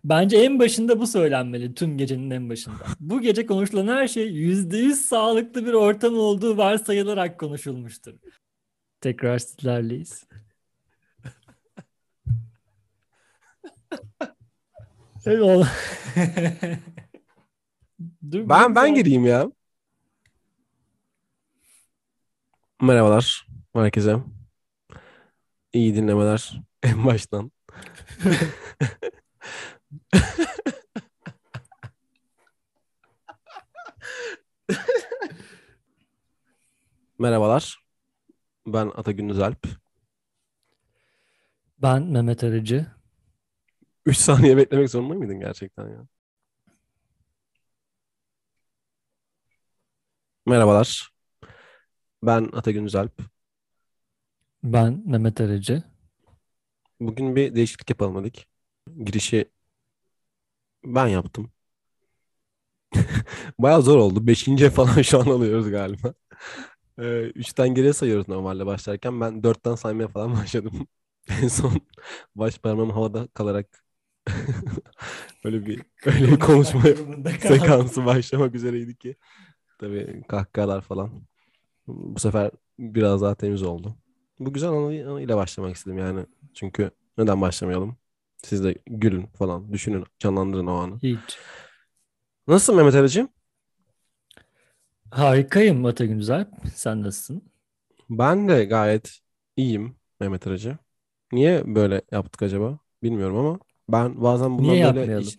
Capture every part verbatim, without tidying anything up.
Bence en başında bu söylenmeli, tüm gecenin en başında. Bu gece konuşulan her şey yüzde yüz sağlıklı bir ortam olduğu varsayılarak konuşulmuştur. Tekrar sizlerleyiz. Eyvallah. Dur bir Ben ben saniye. gireyim ya. Merhabalar herkese. İyi dinlemeler en baştan. Merhabalar. Ben Atagün Alp. Ben Mehmet Arıcı. Üç saniye beklemek zorunda mıydın gerçekten ya? Merhabalar. Ben Atagün Alp. Ben Mehmet Arıcı. Bugün bir değişiklik yapalım dedik. Girişi ben yaptım. Bayağı zor oldu. Beşinci falan şu an alıyoruz galiba. Ee, üçten geriye sayıyoruz normalde başlarken. Ben dörtten saymaya falan başladım. En son baş parmağım havada kalarak öyle bir öyle bir konuşma Konuşmak durumunda kaldım. sekansı başlamak üzereydi ki. Tabii kahkahalar falan. Bu sefer biraz daha temiz oldu. Bu güzel anı- anıyla başlamak istedim yani. Çünkü neden başlamayalım? Siz de gülün falan. Düşünün, canlandırın o anı. Hiç. Nasılsın Mehmet Ali'ciğim? Harikayım Atagün Alp. Sen nasılsın? Ben de gayet iyiyim Mehmet Arıcı. Niye böyle yaptık acaba? Bilmiyorum ama ben bazen Niye bundan böyle yapmayalım? iç,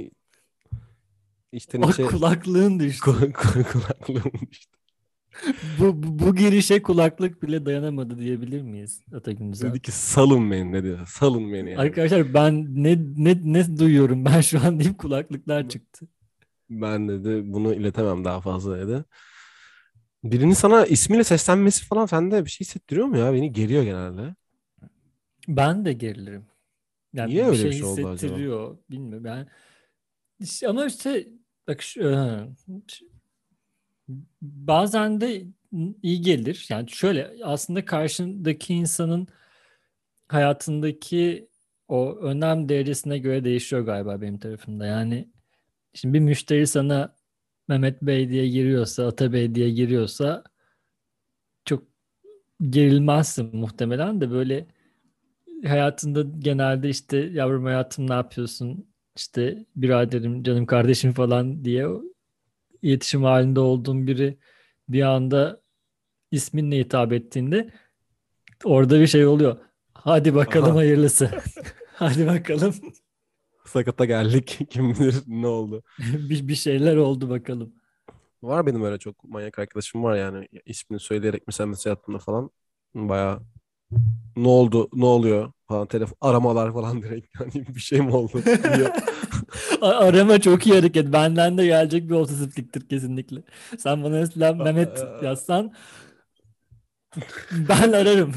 içten Bak içe kulaklığın düştü. ku- ku- kulaklığım işte. Bu, bu, bu girişe kulaklık bile dayanamadı diyebilir miyiz Atagün Dedi Alp? ki salın beni dedi. Salın beni yani. Arkadaşlar ben ne ne ne duyuyorum ben şu an deyip kulaklıklar çıktı. Ben dedi bunu iletemem daha fazla dedi. Birinin sana ismiyle seslenmesi falan sende bir şey hissettiriyor mu ya? Beni geriyor genelde. Ben de gerilirim. Yani Niye bir öyle bir şey şey oldu acaba? hissettiriyor. Bilmiyorum ben. İşte- Ama işte bak şu, e, bazen de iyi gelir. Yani şöyle aslında karşındaki insanın hayatındaki o önem derecesine göre değişiyor galiba benim tarafımda. Yani şimdi bir müşteri sana Mehmet Bey diye giriyorsa, Ata Bey diye giriyorsa çok gerilmezsin muhtemelen de böyle hayatında genelde işte yavrum hayatım ne yapıyorsun? İşte biraderim, canım kardeşim falan diye iletişim halinde olduğun biri bir anda isminle hitap ettiğinde orada bir şey oluyor. Hadi bakalım Aha, hayırlısı. Hadi bakalım. sakata geldik. Kim bilir ne oldu. bir, bir şeyler oldu bakalım. Var benim öyle çok manyak arkadaşım var yani. İsmini söyleyerek mesela mesaj attığında falan bayağı ne oldu, ne oluyor falan telefon aramalar falan direkt hani bir şey mi oldu diyor. A- Arama çok iyi hareket. Benden de gelecek bir obsesifliktir kesinlikle. Sen bana mesela Mehmet yazsan ben ararım.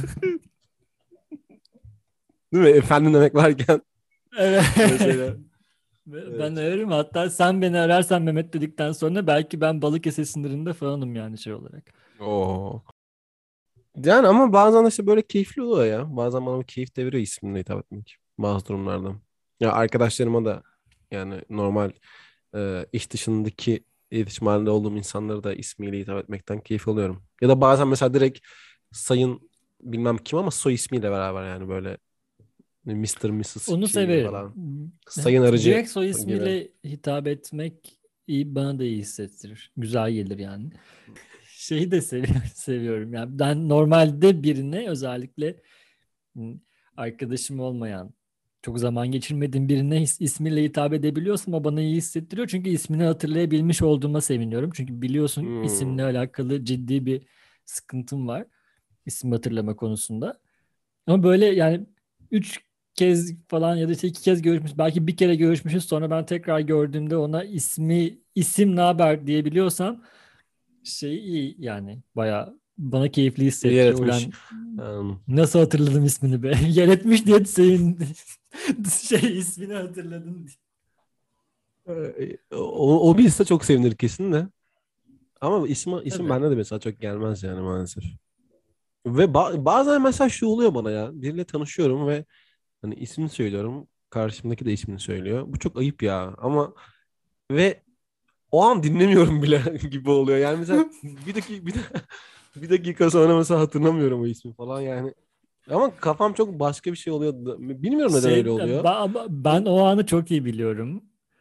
Değil mi? Efendim demek varken Evet. böyle şeyler. Ben Evet. ararım. Hatta sen beni ararsan Mehmet dedikten sonra belki ben Balıkesir sınırında falanım yani şey olarak. Oo. Yani ama bazen işte böyle keyifli oluyor ya. Bazen bana bir keyif de veriyor ismimle hitap etmek. Bazı durumlarda. Ya arkadaşlarıma da yani normal e, iş dışındaki iletişim halinde olduğum insanları da ismiyle hitap etmekten keyif alıyorum. Ya da bazen mesela direkt sayın bilmem kim ama soy ismiyle beraber yani böyle mister missus Onu Q severim. falan. Sayın arıcı Direkt soy gibi. ismiyle hitap etmek iyi, bana da iyi hissettirir. Güzel gelir yani. Şeyi de seviyorum, seviyorum. Yani ben normalde birine özellikle m, arkadaşım olmayan, çok zaman geçirmediğim birine is- ismiyle hitap edebiliyorsam o bana iyi hissettiriyor. Çünkü ismini hatırlayabilmiş olduğuma seviniyorum. Çünkü biliyorsun isimle Hmm. alakalı ciddi bir sıkıntım var. İsim hatırlama konusunda. Ama böyle yani üç kez falan ya da işte iki kez görüşmüş, belki bir kere görüşmüşüz, sonra ben tekrar gördüğümde ona ismi isim ne haber diyebiliyorsam şey iyi yani baya bana keyifli Yer hissettiriyor. etmiş. Ulan Um, nasıl hatırladım ismini be? Yer etmiş diye senin şey ismini hatırladın. e, o, o bilse çok sevinir kesin de. Ama isim, isim Tabii. bende de mesela çok gelmez yani maalesef. Ve ba- bazen mesela şu oluyor bana ya. Biriyle tanışıyorum ve hani ismini söylüyorum. karşımdaki de ismini söylüyor. Bu çok ayıp ya. Ama ve o an dinlemiyorum bile gibi oluyor. Yani mesela bir dakika bir, de, bir dakika sonra mesela hatırlamıyorum o ismi falan yani. Ama kafam çok başka bir şey oluyor. Bilmiyorum neden öyle Şey oluyor. ben, ben o anı çok iyi biliyorum.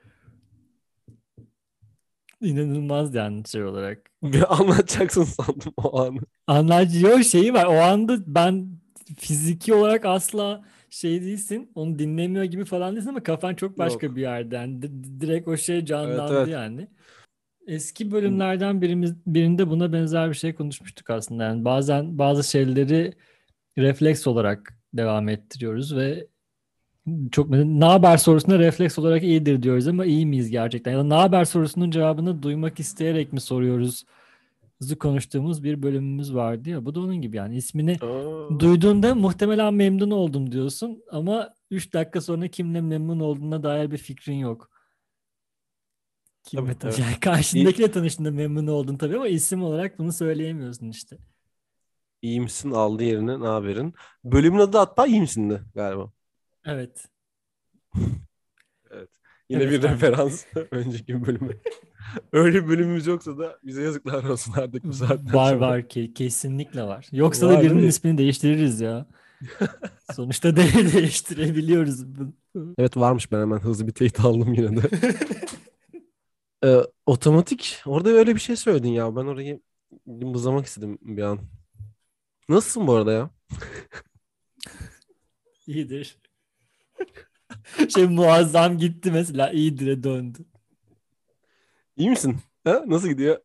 İnanılmaz yani şey olarak. Bir anlatacaksın sandım o anı. Anlayıcı şeyi var. O anda ben fiziki olarak asla şey değilsin. Onu dinlemiyor gibi falan değilsin ama kafan çok başka Yok. bir yerde. Yani di- direkt o şey Evet, canlandı evet. yani. Eski bölümlerden birimiz, birinde buna benzer bir şey konuşmuştuk aslında. Yani bazen bazı şeyleri refleks olarak devam ettiriyoruz ve çok ne haber sorusuna refleks olarak iyidir diyoruz ama iyi miyiz gerçekten? Ya da ne haber sorusunun cevabını duymak isteyerek mi soruyoruz? Hızlı konuştuğumuz bir bölümümüz vardı ya. Bu da onun gibi yani ismini Aa, duyduğunda muhtemelen memnun oldum diyorsun ama üç dakika sonra kimle memnun olduğuna dair bir fikrin yok. tabii, Kimle tanış evet. yani İyi, karşındakiyle tanıştığında memnun oldun tabii ama isim olarak bunu söyleyemiyorsun işte. iyi misin aldı yerine ne haberin? Bölümün adı hatta iyi misindi galiba. Evet. Evet. Yine Evet bir ben referans önceki bölüme. Öyle bir bölümümüz yoksa da bize yazıklar olsun artık bu saatten var sonra. var ki kesinlikle var. Yoksa da Var değil birinin mi? ismini değiştiririz ya. Sonuçta de değiştirebiliyoruz. Evet, varmış, ben hemen hızlı bir teyit aldım yine de. Ee, otomatik orada öyle bir şey söyledin ya, ben orayı mızlamak istedim bir an. Nasılsın bu arada ya? İyidir. Şey muazzam gitti mesela iyidir'e döndü. İyi misin? Ha? Nasıl gidiyor?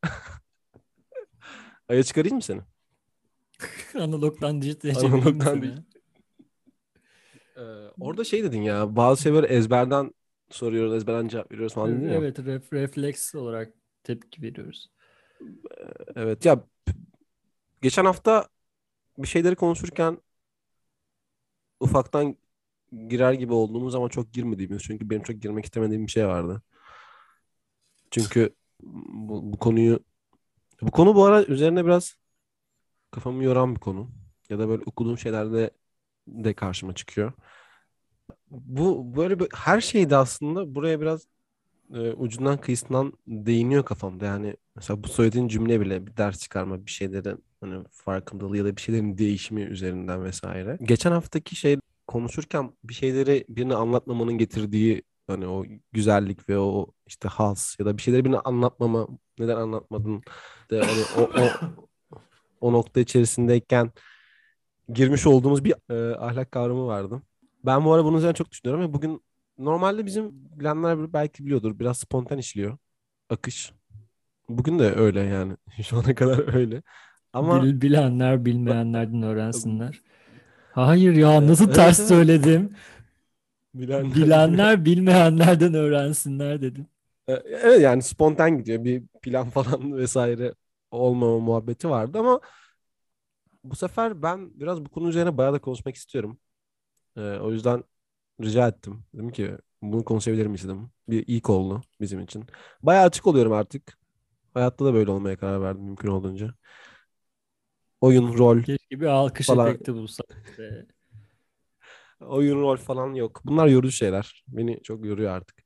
Aya çıkarayım mı seni? Analogdan dijitale çevireyim mi Analogdan değil. seni? Ee, orada şey dedin ya, bazı şeyleri ezberden soruyoruz, ezberden cevap veriyoruz falan dedin ya. Evet ref, refleks olarak tepki veriyoruz. Evet ya, geçen hafta bir şeyleri konuşurken ufaktan girer gibi olduğumuz ama çok girmediğimiz, çünkü benim çok girmek istemediğim bir şey vardı. Çünkü bu, bu konuyu bu konu bu ara üzerine biraz kafamı yoran bir konu. Ya da böyle okuduğum şeylerde de karşıma çıkıyor. Bu böyle bir, her şeyde aslında buraya biraz e, ucundan kıyısından değiniyor kafamda. Yani mesela bu söylediğin cümle bile bir ders çıkarma, bir şeylerin hani farkındalığı ya da bir şeylerin değişimi üzerinden vesaire. Geçen haftaki şey konuşurken bir şeyleri birine anlatmamanın getirdiği hani o güzellik ve o işte haz ya da bir şeyleri birine anlatmama, neden anlatmadın de hani o o o nokta içerisindeyken girmiş olduğumuz bir e, ahlak kavramı vardı. Ben bu ara bunun üzerine çok düşünüyorum ve bugün normalde bizim bilenler belki biliyordur, biraz spontan işliyor. Akış. Bugün de öyle yani. Şu ana kadar öyle. Ama Bil, bilenler ba- bilmeyenlerden öğrensinler. Hayır ya e, nasıl evet, ters evet. söyledim? Bilenler bilmeyen. Bilenler bilmeyenlerden öğrensinler dedim. E, Evet, yani spontan gidiyor. Bir plan falan vesaire olmama muhabbeti vardı ama bu sefer ben biraz bu konu üzerine bayağı da konuşmak istiyorum. E, o yüzden rica ettim. Dedim ki bunu konuşabilir miyiz dedim. Bir ilk oldu bizim için. Bayağı açık oluyorum artık. Hayatta da böyle olmaya karar verdim mümkün olduğunca. Oyun, rol Keşke bir alkış falan. efekti bulsak. Be. Oyun, rol falan yok. Bunlar yorucu şeyler. Beni çok yoruyor artık.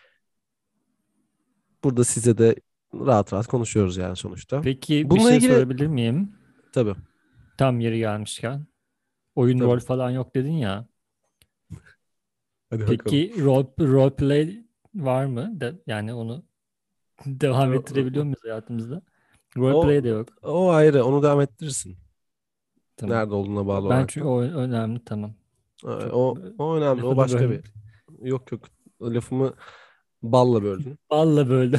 Burada size de rahat rahat konuşuyoruz yani sonuçta. Peki bir Bununla şey ilgili sorabilir miyim? tabii, Tam yeri gelmişken. Oyun rol tabii. falan yok dedin ya. Hadi bakalım. Peki role, role play var mı? De, yani onu devam Ro- ettirebiliyor ro- muyuz hayatımızda? Role O play de yok. o ayrı. Onu devam ettirirsin. Tamam. Nerede olduğuna bağlı Ben olarak çünkü da. o önemli tamam. Ee, Çok O o önemli. O lafını başka bölme. bir. Yok, yok. Lafımı balla böldün. Balla böyle.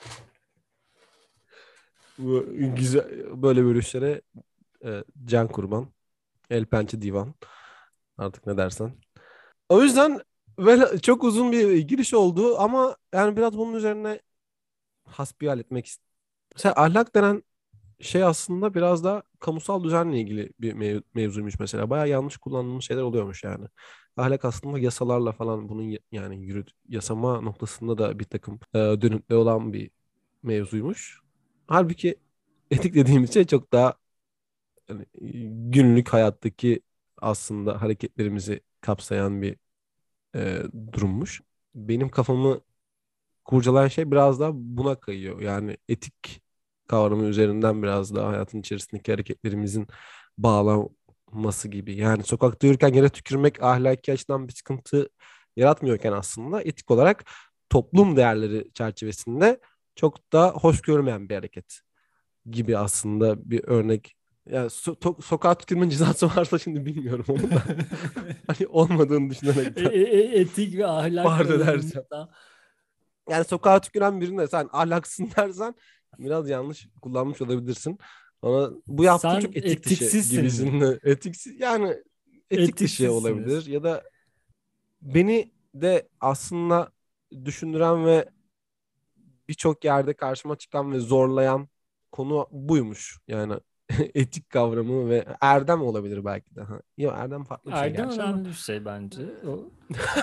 Bu güzel böyle bölüşlere e, can kurban. El pençe divan. Artık ne dersen. O yüzden böyle çok uzun bir giriş oldu ama yani biraz bunun üzerine hasbihal etmek istedim. Mesela ahlak denen şey aslında biraz da kamusal düzenle ilgili bir mev- mevzuymuş mesela. Bayağı yanlış kullandığımız şeyler oluyormuş yani. Ahlak aslında yasalarla falan bunun y- yani yürüt yasama noktasında da bir takım e, dönütleri olan bir mevzuymuş. Halbuki etik dediğimiz şey çok daha hani, günlük hayattaki aslında hareketlerimizi kapsayan bir e, durummuş. Benim kafamı kurcalayan şey biraz daha buna kayıyor. Yani etik kavramı üzerinden biraz daha hayatın içerisindeki hareketlerimizin bağlanması gibi. Yani sokakta yürürken yere tükürmek ahlaki açıdan bir sıkıntı yaratmıyorken aslında etik olarak toplum değerleri çerçevesinde çok da hoş görmeyen bir hareket gibi aslında bir örnek. Yani so to- sokağa tükürmenin cezası varsa şimdi bilmiyorum onu da. Hani olmadığını E- düşünerekten e- Etik ve ahlak farz edersem. alanında Yani sokağa tüküren birine sen ahlaksın dersen biraz yanlış kullanmış olabilirsin. Ama bu yaptığın çok sen etik dışı etiksizsin mi? gibisinde. Etiksiz yani etik dışı Etiksizsiniz. olabilir ya da beni de aslında düşündüren ve birçok yerde karşıma çıkan ve zorlayan konu buymuş. Yani etik kavramı ve erdem olabilir belki de. Ha. Yok, erdem farklı bir şey Erdem gerçi ama önemli bir şey bence. O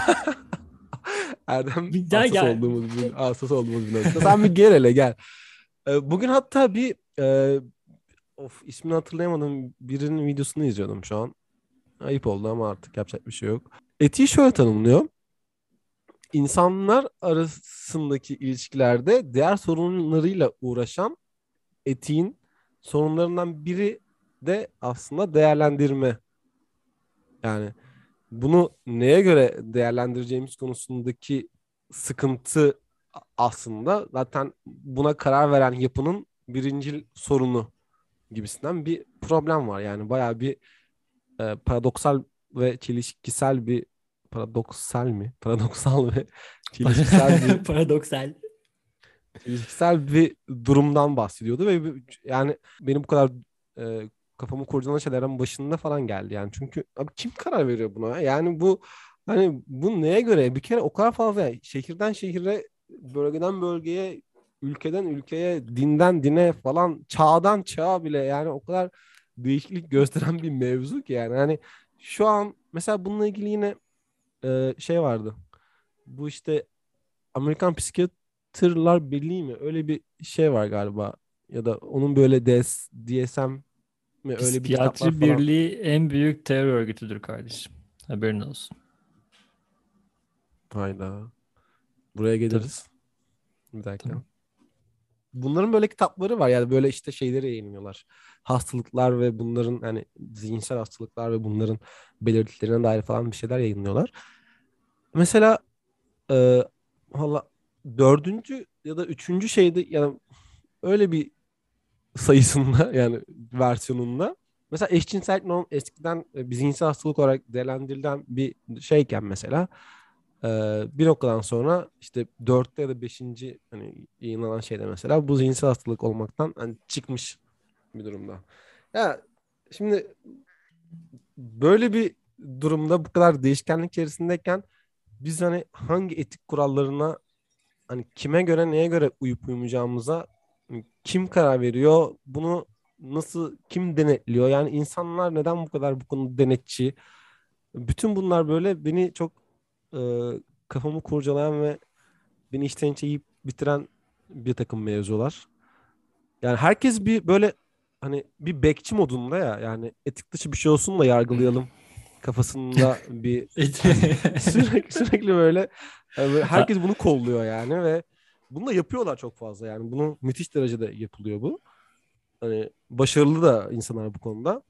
erdem bir daha hassas gel. olduğumuz bir hassas olduğumuz bir nokta. Sen bir gel hele gel. Ee, Bugün hatta bir e, of ismini hatırlayamadım birinin videosunu izliyordum şu an. Ayıp oldu ama artık yapacak bir şey yok. Etiği şöyle tanımlıyor. İnsanlar arasındaki ilişkilerde diğer sorunlarıyla uğraşan etiğin sorunlarından biri de aslında değerlendirme. Yani bunu neye göre değerlendireceğimiz konusundaki sıkıntı aslında zaten buna karar veren yapının birincil sorunu gibisinden bir problem var. Yani bayağı bir e, paradoksal ve çelişkisel bir paradoksal mi? Paradoksal ve çelişkisel bir Paradoksal. çelişkisel bir durumdan bahsediyordu ve bu- yani benim bu kadar e, kafamı kurcalayan şeylerin başında falan geldi yani. Çünkü abi kim karar veriyor buna? Yani bu hani bu neye göre? Bir kere o kadar fazla yani şehirden şehire, bölgeden bölgeye, ülkeden ülkeye, dinden dine falan, çağdan çağa bile yani o kadar değişiklik gösteren bir mevzu ki yani. Hani şu an mesela bununla ilgili yine e, şey vardı. Bu işte Amerikan Psikiyatrlar Birliği mi? Öyle bir şey var galiba. Ya da onun böyle D S, D S M mi? Öyle bir kitaplar Psikiyatri falan. Birliği en büyük terör örgütüdür kardeşim. Haberin olsun. Hayda. Buraya Tabii, geliriz. Bir tabii. dakika. Bunların böyle kitapları var. Yani böyle işte şeyleri yayınlıyorlar. Hastalıklar ve bunların hani zihinsel hastalıklar ve bunların belirtilerine dair falan bir şeyler yayınlıyorlar. Mesela e, valla dördüncü ya da üçüncü şeyde yani öyle bir sayısında yani versiyonunda. Mesela eşcinsellik norm eskiden e, bir zihinsel hastalık olarak değerlendirilen bir şeyken mesela e, bir noktadan sonra işte dörtte ya da beşinci hani yayınlanan şeyde mesela bu zihinsel hastalık olmaktan hani çıkmış bir durumda. Ya şimdi böyle bir durumda bu kadar değişkenlik içerisindeyken biz hani hangi etik kurallarına hani kime göre neye göre uyup uymayacağımıza kim karar veriyor? Bunu nasıl kim denetliyor? Yani insanlar neden bu kadar bu konuda denetçi? Bütün bunlar böyle beni çok e, kafamı kurcalayan ve beni içten içe yiyip bitiren bir takım mevzular. Yani herkes bir böyle hani bir bekçi modunda ya yani etik dışı bir şey olsun da yargılayalım kafasında bir sürekli sürekli böyle, yani böyle Ha, herkes bunu kolluyor yani ve bunu da yapıyorlar çok fazla yani bunu müthiş derecede yapılıyor bu. Hani başarılı da insanlar bu konuda.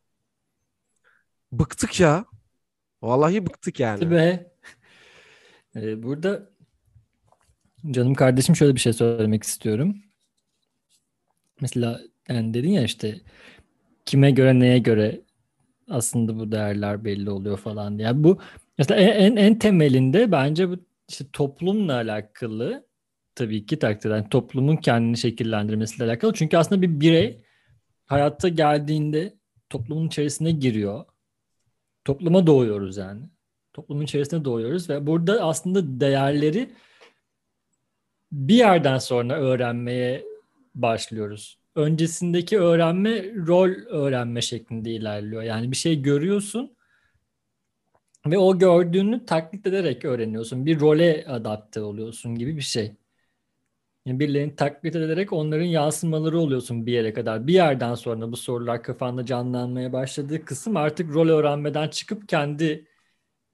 Bıktık ya. Vallahi bıktık yani. be. Ee, burada canım kardeşim şöyle bir şey söylemek istiyorum. Mesela yani dedin ya işte kime göre neye göre aslında bu değerler belli oluyor falan diye. Yani bu mesela en, en, en temelinde bence bu işte toplumla alakalı tabii ki takdir eden toplumun kendini şekillendirmesiyle alakalı. Çünkü aslında bir birey hayatta geldiğinde toplumun içerisine giriyor. Topluma doğuyoruz yani. Toplumun içerisine doğuyoruz ve burada aslında değerleri bir yerden sonra öğrenmeye başlıyoruz. Öncesindeki öğrenme rol öğrenme şeklinde ilerliyor. Yani bir şey görüyorsun ve o gördüğünü taklit ederek öğreniyorsun. Bir role adapte oluyorsun gibi bir şey. Yani birilerini taklit ederek onların yansımaları oluyorsun bir yere kadar. Bir yerden sonra bu sorular kafanda canlanmaya başladığı kısım artık rol öğrenmeden çıkıp kendi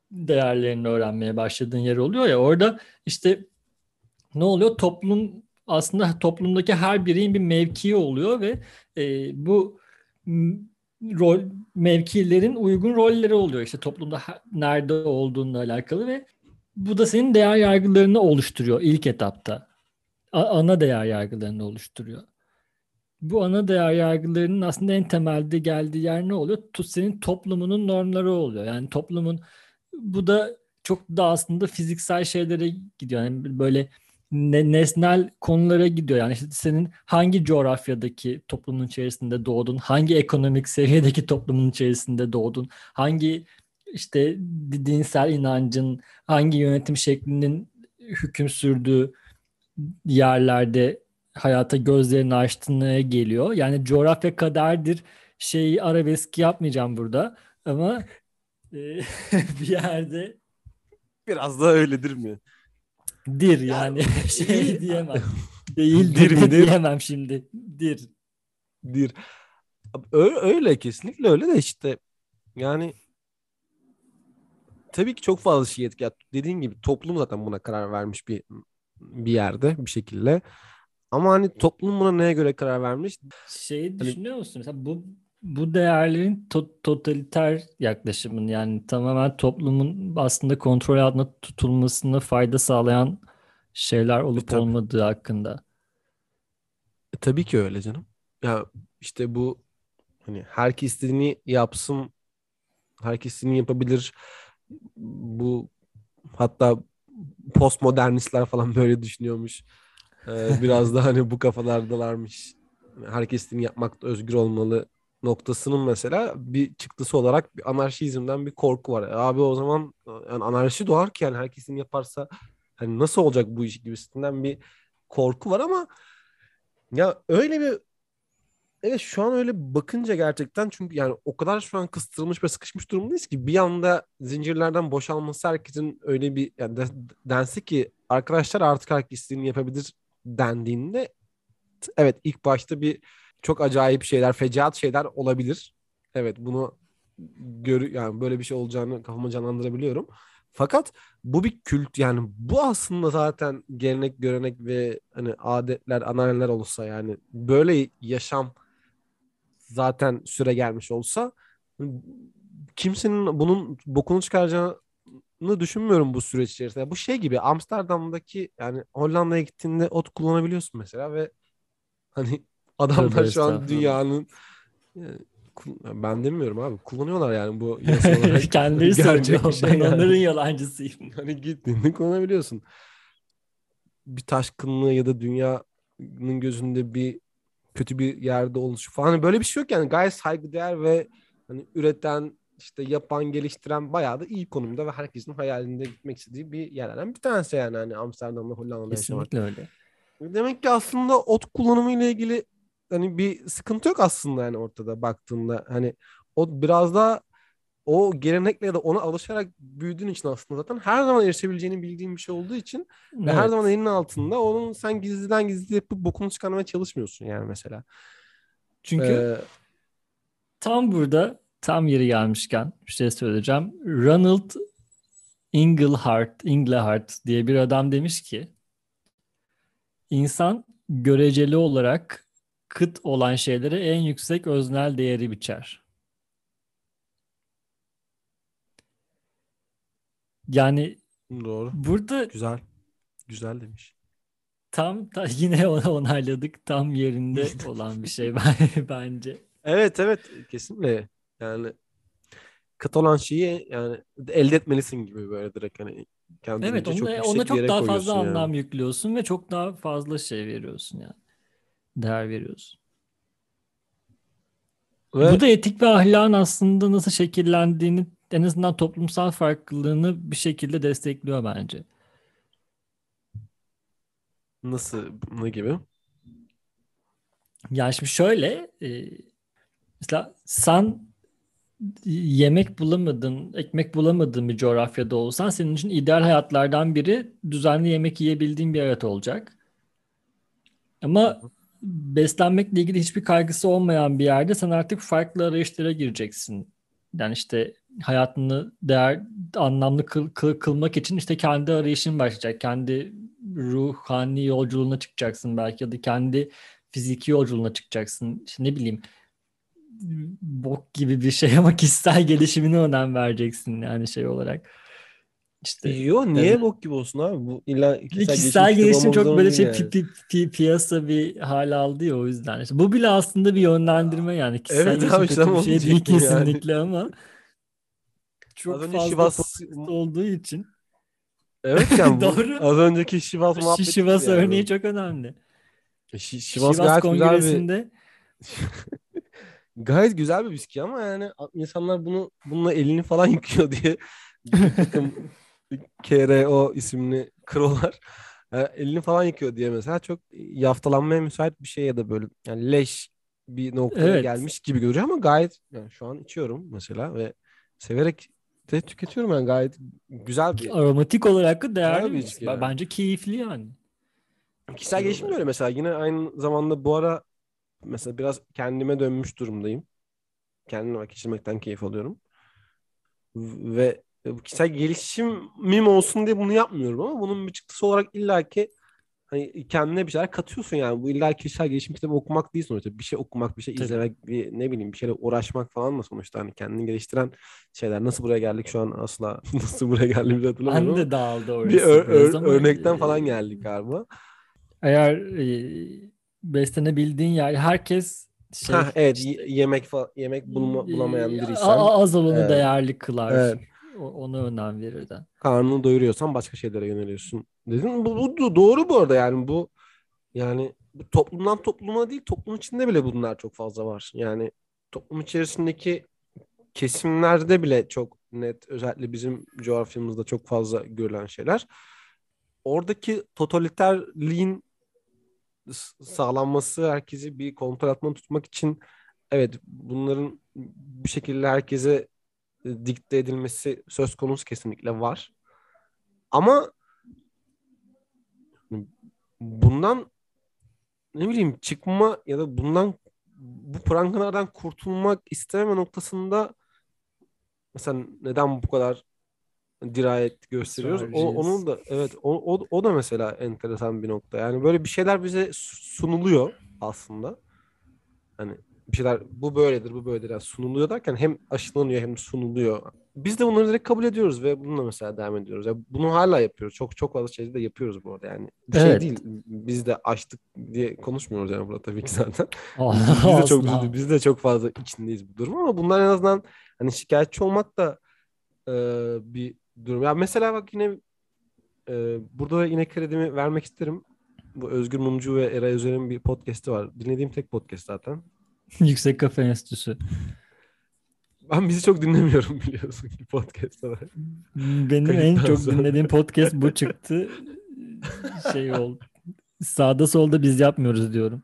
değerlerini öğrenmeye başladığın yer oluyor ya, orada işte ne oluyor? Toplum, aslında toplumdaki her bireyin bir mevkii oluyor ve e, bu m- rol mevkilerin uygun rolleri oluyor. İşte toplumda ha- nerede olduğunla alakalı ve bu da senin değer yargılarını oluşturuyor ilk etapta. A- ana değer yargılarını oluşturuyor. Bu ana değer yargılarının aslında en temelde geldiği yer ne oluyor? Tu- Senin toplumunun normları oluyor. Yani toplumun, bu da çok da aslında fiziksel şeylere gidiyor. Yani böyle ne, nesnel konulara gidiyor. Yani işte senin hangi coğrafyadaki toplumun içerisinde doğdun, hangi ekonomik seviyedeki toplumun içerisinde doğdun, hangi işte di- dinsel inancın, hangi yönetim şeklinin hüküm sürdüğü yerlerde hayata gözlerini açtığına geliyor. Yani coğrafya kaderdir şeyi arabesk yapmayacağım burada ama e, bir yerde Biraz da öyledir mi? dir Yani yani şey iyi. diyemem. Değildir Dir de midir? diyemem şimdi. Dir. Dir. Öyle, öyle kesinlikle öyle de işte yani tabii ki çok fazla şey etki. Ya dediğin gibi toplum zaten buna karar vermiş bir bir yerde bir şekilde. Ama hani toplum buna neye göre karar vermiş? Şeyi Hani düşünüyor musun? Mesela bu bu değerlerin to- totaliter yaklaşımın, yani tamamen toplumun aslında kontrol altında tutulmasına fayda sağlayan şeyler e, olup tabii. olmadığı hakkında. E, tabii ki öyle canım. Ya işte bu hani herkes istediğini yapsın, herkes istediğini yapabilir. Bu hatta postmodernistler falan böyle düşünüyormuş. Ee, biraz da hani bu kafalardalarmış. Hani herkes istediğini yapmakta özgür olmalı noktasının mesela bir çıktısı olarak bir anarşizmden bir korku var. E, abi o zaman yani anarşi doğar ki yani herkes istediğini yaparsa hani nasıl olacak bu iş gibisinden bir korku var ama ya öyle bir evet şu an öyle bakınca gerçekten çünkü yani o kadar şu an kıstırılmış ve sıkışmış durumdayız ki bir anda zincirlerden boşalması herkesin öyle bir yani de- dense ki arkadaşlar artık herkes istediğini yapabilir dendiğinde evet ilk başta bir çok acayip şeyler, fecaat şeyler olabilir. Evet bunu gör yani böyle bir şey olacağını kafama canlandırabiliyorum. Fakat bu bir kült yani bu aslında zaten gelenek, görenek ve hani adetler, ananeler olsa yani böyle yaşam zaten süre gelmiş olsa kimsenin bunun bokunu çıkaracağını düşünmüyorum bu süreç içerisinde. Bu şey gibi Amsterdam'daki yani Hollanda'ya gittiğinde ot kullanabiliyorsun mesela ve hani Tövbe adamlar şu an estağfurullah. dünyanın yani, kul- ben demiyorum abi kullanıyorlar yani bu yasal olarak Kendileri gerçek bir söylüyor. şey Ben onların yani. yalancısıyım. Hani gittiğinde kullanabiliyorsun. Bir taşkınlığı ya da dünyanın gözünde bir kötü bir yerde oluşu falan. Hani böyle bir şey yok yani. Gayet saygıdeğer ve hani üreten, işte yapan, geliştiren bayağı da iyi konumda ve herkesin hayalinde gitmek istediği bir yerlerden bir tanesi yani hani Amsterdam'da, Hollanda'da yaşamak. Kesinlikle öyle. Demek ki aslında ot kullanımı ile ilgili hani bir sıkıntı yok aslında yani ortada baktığında. Hani o biraz daha o gelenekle ya da ona alışarak büyüdüğün için aslında zaten her zaman erişebileceğini bildiğin bir şey olduğu için ve her zaman Evet. elinin altında onun sen gizliden gizli yapıp bokunu çıkarmaya çalışmıyorsun yani mesela. Çünkü Ee, tam burada, tam yeri gelmişken bir şey söyleyeceğim. Ronald Inglehart, Inglehart diye bir adam demiş ki insan göreceli olarak kıt olan şeylere en yüksek öznel değeri biçer. Yani doğru. burada Güzel. Güzel demiş. tam ta, yine ona onayladık. Tam yerinde olan bir şey bence. Evet evet kesinlikle yani kıt olan şeyi yani elde etmelisin gibi böyle direkt hani Evet, kendince çok ona, ona yüksek bir çok yere daha fazla koyuyorsun yani. anlam yüklüyorsun ve çok daha fazla şey veriyorsun yani. Değer veriyorsun. Bu Ve da etik ve ahlakın aslında nasıl şekillendiğini, en azından toplumsal farklılığını bir şekilde destekliyor bence. nasıl ne gibi? Yani şimdi şöyle, e, mesela sen yemek bulamadın, ekmek bulamadığın bir coğrafyada olsan senin için ideal hayatlardan biri düzenli yemek yiyebildiğin bir hayat olacak. Hı Ama hı. beslenmekle ilgili hiçbir kaygısı olmayan bir yerde sen artık farklı arayışlara gireceksin. Yani işte hayatını değer anlamlı kıl, kıl- kılmak için işte kendi arayışın başlayacak. Kendi ruhani yolculuğuna çıkacaksın belki, ya da kendi fiziki yolculuğuna çıkacaksın. İşte ne bileyim, bok gibi bir şey ama kişisel gelişimine önem vereceksin yani şey olarak. İşte Yo, evet. niye bok gibi olsun abi? Bu illa Bir kişisel gelişim kişisel kitabı gelişim olmak çok zorunda böyle değil şey yani. pi, pi, pi- piyasa bir hal aldı ya, o yüzden. İşte bu bile aslında bir yönlendirme, yani kişisel Evet abi, gelişim işte kötü bir onu şey değil diyecektim yani. kesinlikle, ama Az çok önce fazla Şivas, popülist olduğu için. evet yani bu Doğru. az önceki Şivas Şi- muhabbeti gibi Şivas örneği yani. çok önemli. Şi- Şivas Şivas gayet güzel bir Kongresi'nde gayet güzel bir viski ama yani insanlar bunu bununla elini falan yıkıyor diye bir takım K R O isimli krolar e, elini falan yıkıyor diye mesela çok yaftalanmaya müsait bir şey ya da böyle yani leş bir noktaya evet, gelmiş gibi görünüyor ama gayet yani şu an içiyorum mesela ve severek de tüketiyorum yani gayet güzel bir aromatik olarak da değerli güzel bir bir içki viski. B- yani. Bence keyifli yani Kişisel şey gelişim de olarak. öyle mesela yine aynı zamanda bu ara mesela biraz kendime dönmüş durumdayım. Kendime vakit geçirmekten keyif alıyorum. Ve bu kişisel gelişimim olsun diye bunu yapmıyorum ama bunun bir çıktısı olarak illaki hani kendine bir şeyler katıyorsun yani. Bu illa kişisel gelişim kitabı okumak değil sonuçta. Bir şey okumak, bir şey Tabii. izlemek, bir ne bileyim bir şeyle uğraşmak falan da sonuçta hani kendini geliştiren şeyler. Nasıl buraya geldik şu an asla nasıl buraya geldiğimizi hatırlamıyorum Ben ama de dağıldı bir orası ör- biraz ör- ama örnekten falan e, geldik galiba. eğer e, beslenebildiğin yer, herkes Ha şey evet, y- işte yemek fa- yemek bulma, bulamayan e, biriysen a- az olanı evet, değerli kılar. evet, O- Ona önem verirden. karnını doyuruyorsan başka şeylere yöneliyorsun dedin. Bu, bu do- doğru bu arada yani bu yani bu toplumdan topluma değil toplum içinde bile bunlar çok fazla var. Yani toplum içerisindeki kesimlerde bile çok net özellikle bizim coğrafyamızda çok fazla görülen şeyler. Oradaki totaliterliğin s- sağlanması herkesi bir kontrol altında tutmak için evet bunların bir şekilde herkese e, dikte edilmesi söz konusu kesinlikle var. Ama bundan ne bileyim çıkma ya da bundan bu prangalardan kurtulmak istememe noktasında mesela neden bu kadar dirayet gösteriyoruz? O, Israrcıyız. onun da evet o, o, o da mesela enteresan bir nokta. Yani böyle bir şeyler bize sunuluyor aslında. Hani bir şeyler bu böyledir, bu böyledir. Yani sunuluyor derken hem aşılanıyor hem sunuluyor. Biz de bunları direkt kabul ediyoruz ve bununla mesela devam ediyoruz. Ya bunu hala yapıyoruz. Çok çok fazla şeyde de yapıyoruz bu arada. Yani bu şey Evet. değil. Biz de açtık diye konuşmuyoruz yani burada tabii ki zaten. Biz, biz de çok Asla. biz de çok fazla içindeyiz bu durum ama bunlar en azından hani şikayetçi olmak da e, bir durum. Ya mesela bak yine e, burada yine kredimi vermek isterim. Bu Özgür Mumcu ve Eray Özer'in bir podcast'i var. Dinlediğim tek podcast zaten. Yüksek Kafa Enstitüsü. Ben bizi çok dinlemiyorum biliyorsun ki podcast olarak. Benim en Kayıttan çok sonra. dinlediğim podcast bu çıktı. Şey oldu. Sağda solda biz yapmıyoruz diyorum.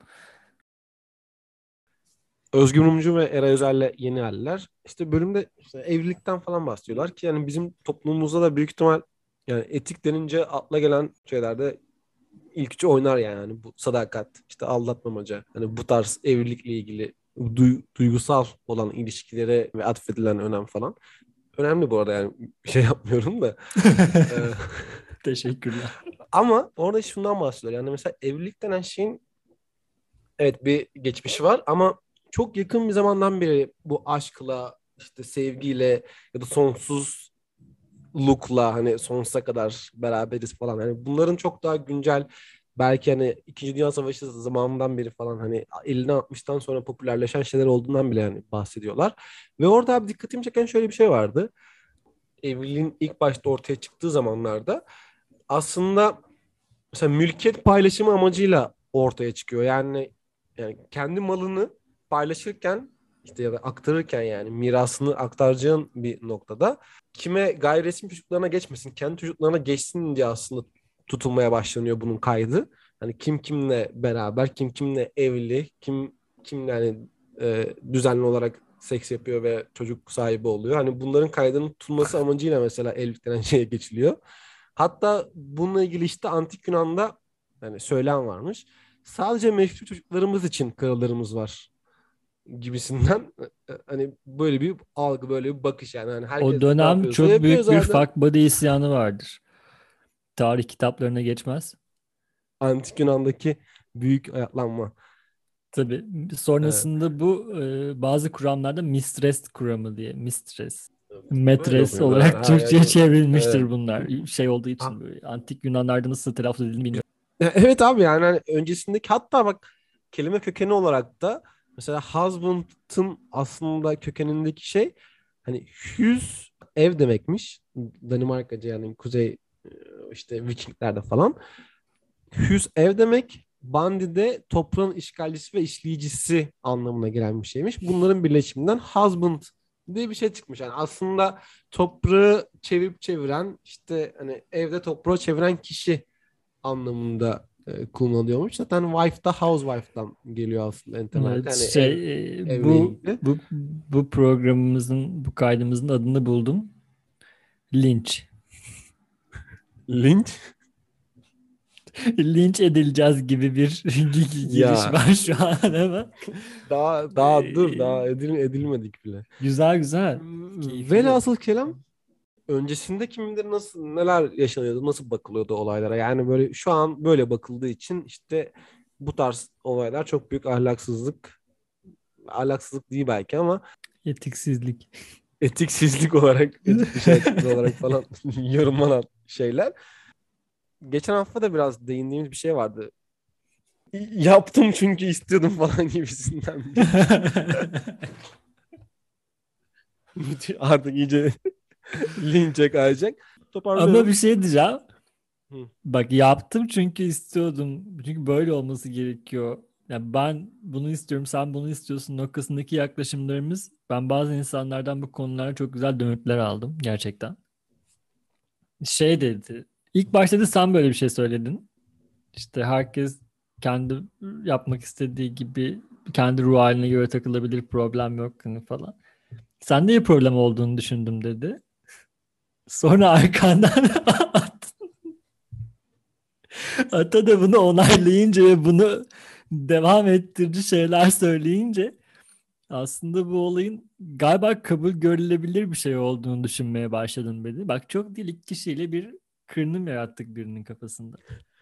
Özgür Mumcu ve Eray Özer'le Yeni Haller. İşte bölümde işte evlilikten falan bahsediyorlar ki yani bizim toplumumuzda da büyük ihtimal yani etik denince akla gelen şeylerde ilk üçü oynar yani. Hani bu sadakat, işte aldatmamaca, hani bu tarz evlilikle ilgili duy- duygusal olan ilişkilere ve atfedilen önem falan. Önemli bu arada yani bir şey yapmıyorum da. Ee, Teşekkürler. ama orada şundan bahsediyor. Yani mesela evlilik denen şeyin evet bir geçmişi var ama çok yakın bir zamandan beri bu aşkla işte sevgiyle ya da sonsuzlukla hani sonsuza kadar beraberiz falan. Hani bunların çok daha güncel belki hani İkinci Dünya Savaşı zamanından beri falan hani elliden altmıştan sonra popülerleşen şeyler olduğundan bile yani bahsediyorlar. Ve orada abi dikkatimi çeken şöyle bir şey vardı. Evliliğin ilk başta ortaya çıktığı zamanlarda aslında mesela mülkiyet paylaşımı amacıyla ortaya çıkıyor. Yani yani kendi malını paylaşırken işte ya da aktarırken yani mirasını aktaracağın bir noktada kime gayriresim çocuklarına geçmesin, kendi çocuklarına geçsin diye aslında tutulmaya başlanıyor bunun kaydı. Hani kim kimle beraber, kim kimle evli, kim kimle hani e, düzenli olarak seks yapıyor ve çocuk sahibi oluyor. Hani bunların kaydının tutulması amacıyla mesela evlilik denen şeye geçiliyor. Hatta bununla ilgili işte Antik Yunan'da yani söylem varmış. Sadece meşru çocuklarımız için kralarımız var gibisinden hani böyle bir algı, böyle bir bakış yani. Hani O herkes ne dönem yapıyorsa çok yapıyor büyük bir zaten. fuck body isyanı vardır. Tarih kitaplarına geçmez. Antik Yunan'daki büyük ayaklanma. Tabii Evet. sonrasında bu e, bazı kuramlarda mistress kuramı diye mistress, Böyle metres okunuyordu. Yani olarak her Türkçe'ye yerde. Evet. çevrilmiştir bunlar. Şey olduğu Ah, için böyle antik Yunanlarda nasıl telaffuz edildiğini bilmiyorum. ya evet abi, yani hani öncesindeki, hatta bak, kelime kökeni olarak da mesela husband'ın aslında kökenindeki şey hani hus ev demekmiş. Danimarkaca, yani kuzey e, işte Vikinglerde falan. Hus ev demek. Bandi de toprağın işgalcisi ve işleyicisi anlamına gelen bir şeymiş. Bunların birleşiminden husband diye bir şey çıkmış. Yani aslında toprağı çevirip çeviren, işte hani evde toprağı çeviren kişi anlamında e, kullanılıyormuş. Zaten wife da housewife'dan geliyor aslında en temelde. Evet, Yani ev şey e, evle bu ilgili. bu bu programımızın bu kaydımızın adını buldum. Linç. Linç. Linç edileceğiz gibi bir giriş Ya var şu an ama daha daha dur, e, daha edil, edilmedik bile. güzel güzel. Keyifli. Velhasıl kelam, öncesinde kim bilir nasıl neler yaşanıyordu, nasıl bakılıyordu olaylara. Yani böyle şu an böyle bakıldığı için işte bu tarz olaylar çok büyük ahlaksızlık, ahlaksızlık değil belki ama Etiksizlik. etiksizlik olarak, etik dışı hareketler olarak falan yorumlanan şeyler. Geçen hafta da biraz değindiğimiz bir şey vardı. Yaptım çünkü istiyordum falan gibisinden. Artık iyice linçe kayacak. Ama bir Toparlıyorum. şey diyeceğim. Hı. Bak yaptım çünkü istiyordum. Çünkü böyle olması gerekiyor. Yani ben bunu istiyorum, sen bunu istiyorsun noktasındaki yaklaşımlarımız. Ben bazı insanlardan bu konulara çok güzel dönütler aldım gerçekten. Şey dedi. İlk başta da sen böyle bir şey söyledin. İşte herkes kendi yapmak istediği gibi kendi ruh haline göre takılabilir, problem yok hani falan. Sende de problem olduğunu düşündüm dedi. Sonra arkandan Ata da bunu onaylayınca ve bunu devam ettirici şeyler söyleyince aslında bu olayın galiba kabul görülebilir bir şey olduğunu düşünmeye başladım dedi. Bak çok değil, iki kişiyle bir kırınım yarattık birinin kafasında.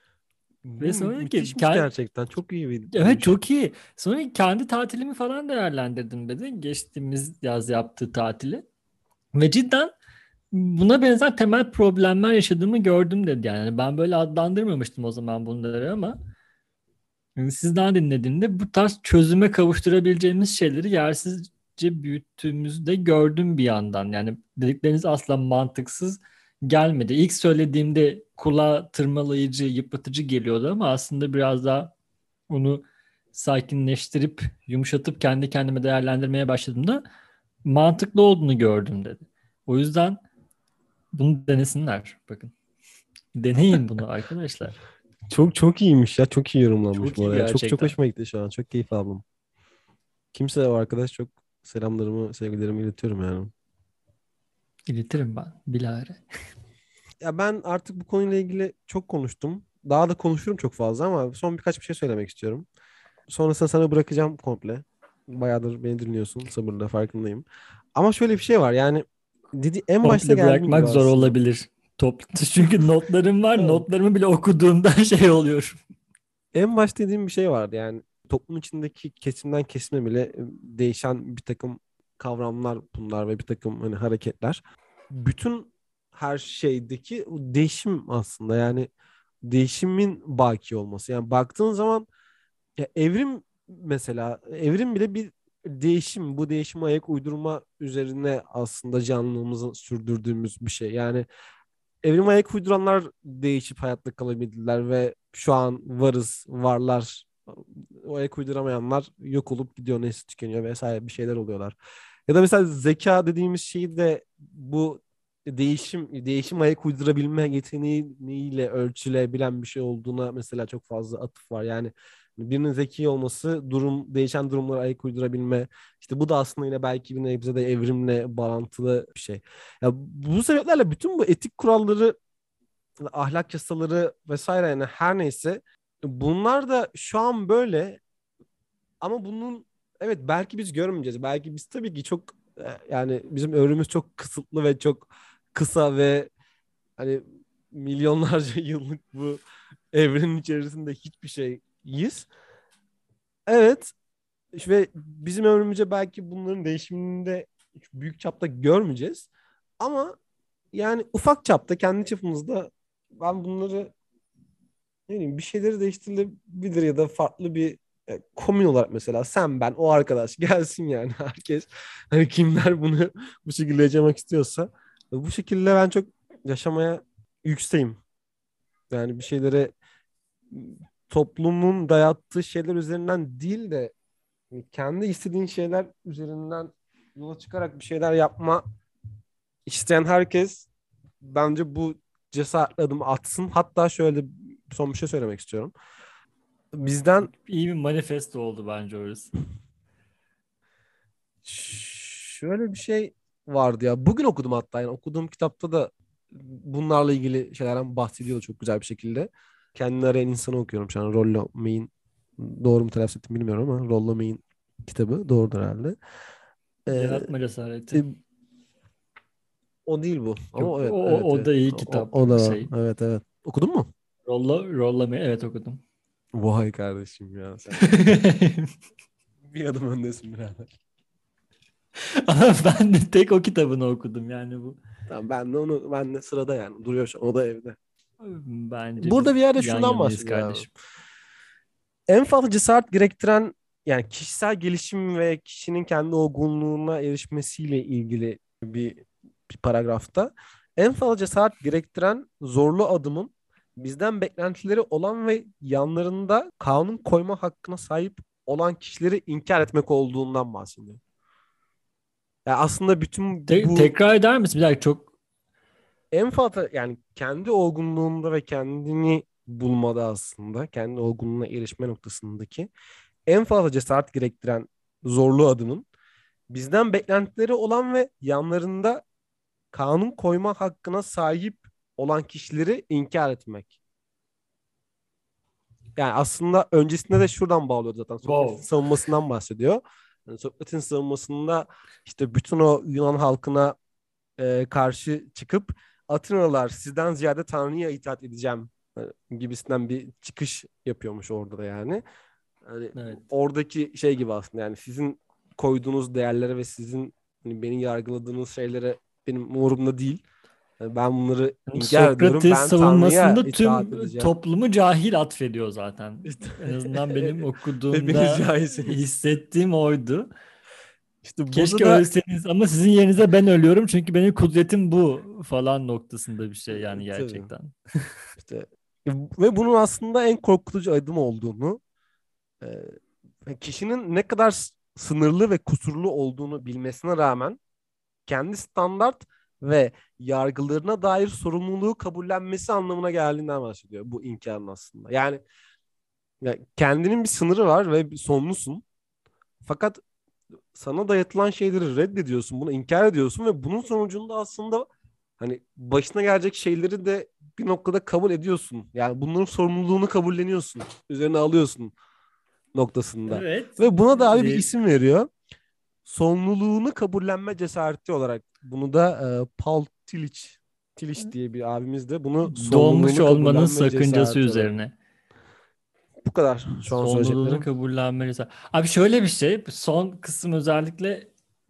Ve Bu mü- sonra dedi ki müthişmiş "Ke- gerçekten. Çok iyi bir evet dönüş. çok iyi. Sonra kendi tatilimi falan değerlendirdim dedi. Geçtiğimiz yaz yaptığı tatili. Ve cidden buna benzer temel problemler yaşadığımı gördüm dedi. Yani ben böyle adlandırmamıştım o zaman bunları ama yani sizden dinlediğimde bu tarz çözüme kavuşturabileceğimiz şeyleri yersizce büyüttüğümüzü de gördüm bir yandan. Yani dedikleriniz asla mantıksız gelmedi. İlk söylediğimde kulağa tırmalayıcı, yıpratıcı geliyordu ama aslında biraz daha onu sakinleştirip, yumuşatıp kendi kendime değerlendirmeye başladığımda mantıklı olduğunu gördüm dedi. O yüzden bunu denesinler. Bakın. Deneyin bunu arkadaşlar. Çok çok iyiymiş ya. Çok iyi yorumlanmış Çok bu iyi arada. Yani çok çok gerçekten. hoşuma gitti şu an. Çok keyif aldım. Kimse, o arkadaş, çok selamlarımı, sevgilerimi iletiyorum yani. İletirim ben bilahare. Ya ben artık bu konuyla ilgili çok konuştum. Daha da konuşurum çok fazla ama son birkaç bir şey söylemek istiyorum. Sonrasında sana bırakacağım komple. Bayağıdır beni dinliyorsun. Sabırla, farkındayım. Ama şöyle bir şey var yani, dedi en başta Komple geldiğim gibi bırakmak zor aslında. olabilir. Top, çünkü notlarım var. Evet. Notlarımı bile okuduğumda şey oluyor. En başta dediğim bir şey vardı yani, toplum içindeki kesimden kesime bile e, değişen bir takım kavramlar bunlar ve bir takım hani hareketler. Bütün her şeydeki o değişim aslında, yani değişimin baki olması. Yani baktığın zaman ya evrim, mesela evrim bile bir değişim. Bu değişime ayak uydurma üzerine aslında canlılığımızı sürdürdüğümüz bir şey. Yani evrime ayak uyduranlar değişip hayatta kalabildiler ve şu an varız, varlar. O ayak uyduramayanlar yok olup gidiyor, nesli tükeniyor vesaire, bir şeyler oluyorlar. Ya da mesela zeka dediğimiz şeyi de bu değişim değişim ayak uydurabilme yeteneğiyle ölçülebilen bir şey olduğuna mesela çok fazla atıf var. Yani birinin zeki olması, durum değişen durumlara ayak uydurabilme, işte bu da aslında yine belki bir nebze de evrimle bağlantılı bir şey. Ya bu sebeplerle bütün bu etik kuralları, ahlak yasaları vesaire, yani her neyse, bunlar da şu an böyle ama bunun evet belki biz görmeyeceğiz. Belki biz tabii ki çok e, yani bizim ömrümüz çok kısıtlı ve çok kısa ve hani milyonlarca yıllık bu evrenin içerisinde hiçbir şeyiz. Evet ve bizim ömrümüzce belki bunların değişimini de büyük çapta görmeyeceğiz. Ama yani ufak çapta kendi çapımızda ben bunları ne bileyim bir şeyleri değiştirilebilir ya da farklı bir e, komün olarak mesela sen ben o arkadaş gelsin yani herkes hani kimler bunu bu şekilde yaşamak istiyorsa bu şekilde ben çok yaşamaya yükseğim. Yani bir şeylere toplumun dayattığı şeyler üzerinden değil de kendi istediğin şeyler üzerinden yola çıkarak bir şeyler yapma isteyen herkes bence bu cesaretli adım atsın. Hatta şöyle son bir şey söylemek istiyorum. Bizden İyi bir manifesto oldu bence orası. şöyle bir şey vardı ya. Bugün okudum hatta. Yani okuduğum kitapta da bunlarla ilgili şeylerden bahsediyor çok güzel bir şekilde. Kendini arayan insanı okuyorum şu an. Rollo May'in doğru mu telaffuz ettim bilmiyorum ama Rollo May'in kitabı doğrudur herhalde. Ee, Yaratma cesareti. e, o değil bu. Ama Yok, evet o, evet o evet. da iyi O, kitap. o da var. Şey. Evet evet. Okudun mu? Rolla, Rolla evet okudum. Vay kardeşim ya sen bir adım öndesin birader. Ama ben de tek o kitabını okudum yani bu. Tamam ben de onu ben de sırada yani duruyor şu an o da evde. Bence Burada bir biz yerde yan şundan yanayız bahsediyor abi. kardeşim. En fazla cesaret gerektiren yani kişisel gelişim ve kişinin kendi olgunluğuna erişmesiyle ilgili bir, bir paragrafta en fazla cesaret gerektiren zorlu adımın bizden beklentileri olan ve yanlarında kanun koyma hakkına sahip olan kişileri inkar etmek olduğundan bahsediyor. Yani aslında bütün Te- bu tekrar eder misin? Bir dakika çok en fazla yani kendi olgunluğunda ve kendini bulmada aslında kendi olgunluğuna erişme noktasındaki en fazla cesaret gerektiren zorlu adımın bizden beklentileri olan ve yanlarında kanun koyma hakkına sahip olan kişileri inkar etmek. Yani aslında öncesinde de şuradan bağlıyor zaten. Sokrates'in wow. savunmasından bahsediyor. Yani Sokrates'in savunmasında işte bütün o Yunan halkına e, karşı çıkıp Atınalılar sizden ziyade Tanrı'ya itaat edeceğim e, gibisinden bir çıkış yapıyormuş orada da yani. Hani Evet. oradaki şey gibi aslında yani sizin koyduğunuz değerlere ve sizin hani beni yargıladığınız şeylere benim umurumda değil. Yani ben bunları Yani inkar ediyorum. Sokrates Ben Tanrı'ya savunmasında itaat tüm edeceğim. toplumu cahil atfediyor zaten. İşte En azından benim hepiniz okuduğumda cahilsiniz. hissettiğim oydu. İşte burada Keşke da ölseniz ama sizin yerinize ben ölüyorum çünkü benim kudretim bu falan noktasında bir şey yani tabii gerçekten. işte ve bunun aslında en korkutucu adım olduğunu e, kişinin ne kadar s- sınırlı ve kusurlu olduğunu bilmesine rağmen kendi standart ve yargılarına dair sorumluluğu kabullenmesi anlamına geldiğinden bahsediyor bu inkarın aslında. Yani, ya kendinin bir sınırı var ve bir sonlusun. Fakat sana dayatılan şeyleri reddediyorsun, bunu inkar ediyorsun ve bunun sonucunda aslında hani başına gelecek şeyleri de bir noktada kabul ediyorsun. Yani bunların sorumluluğunu kabulleniyorsun, üzerine alıyorsun noktasında. Evet. Ve buna da abi bir e, isim veriyor. Sorumluluğunu kabullenme cesareti olarak. Bunu da e, Paul Tillich, Tillich diye bir abimiz de bunu Doğmuş sorumluluğunu olmanın kabullenme sakıncası cesareti olarak. üzerine. Bu kadar şu an Sorumluluğunu söyleyeceklerim. kabullenmeli. Abi şöyle bir şey, son kısım özellikle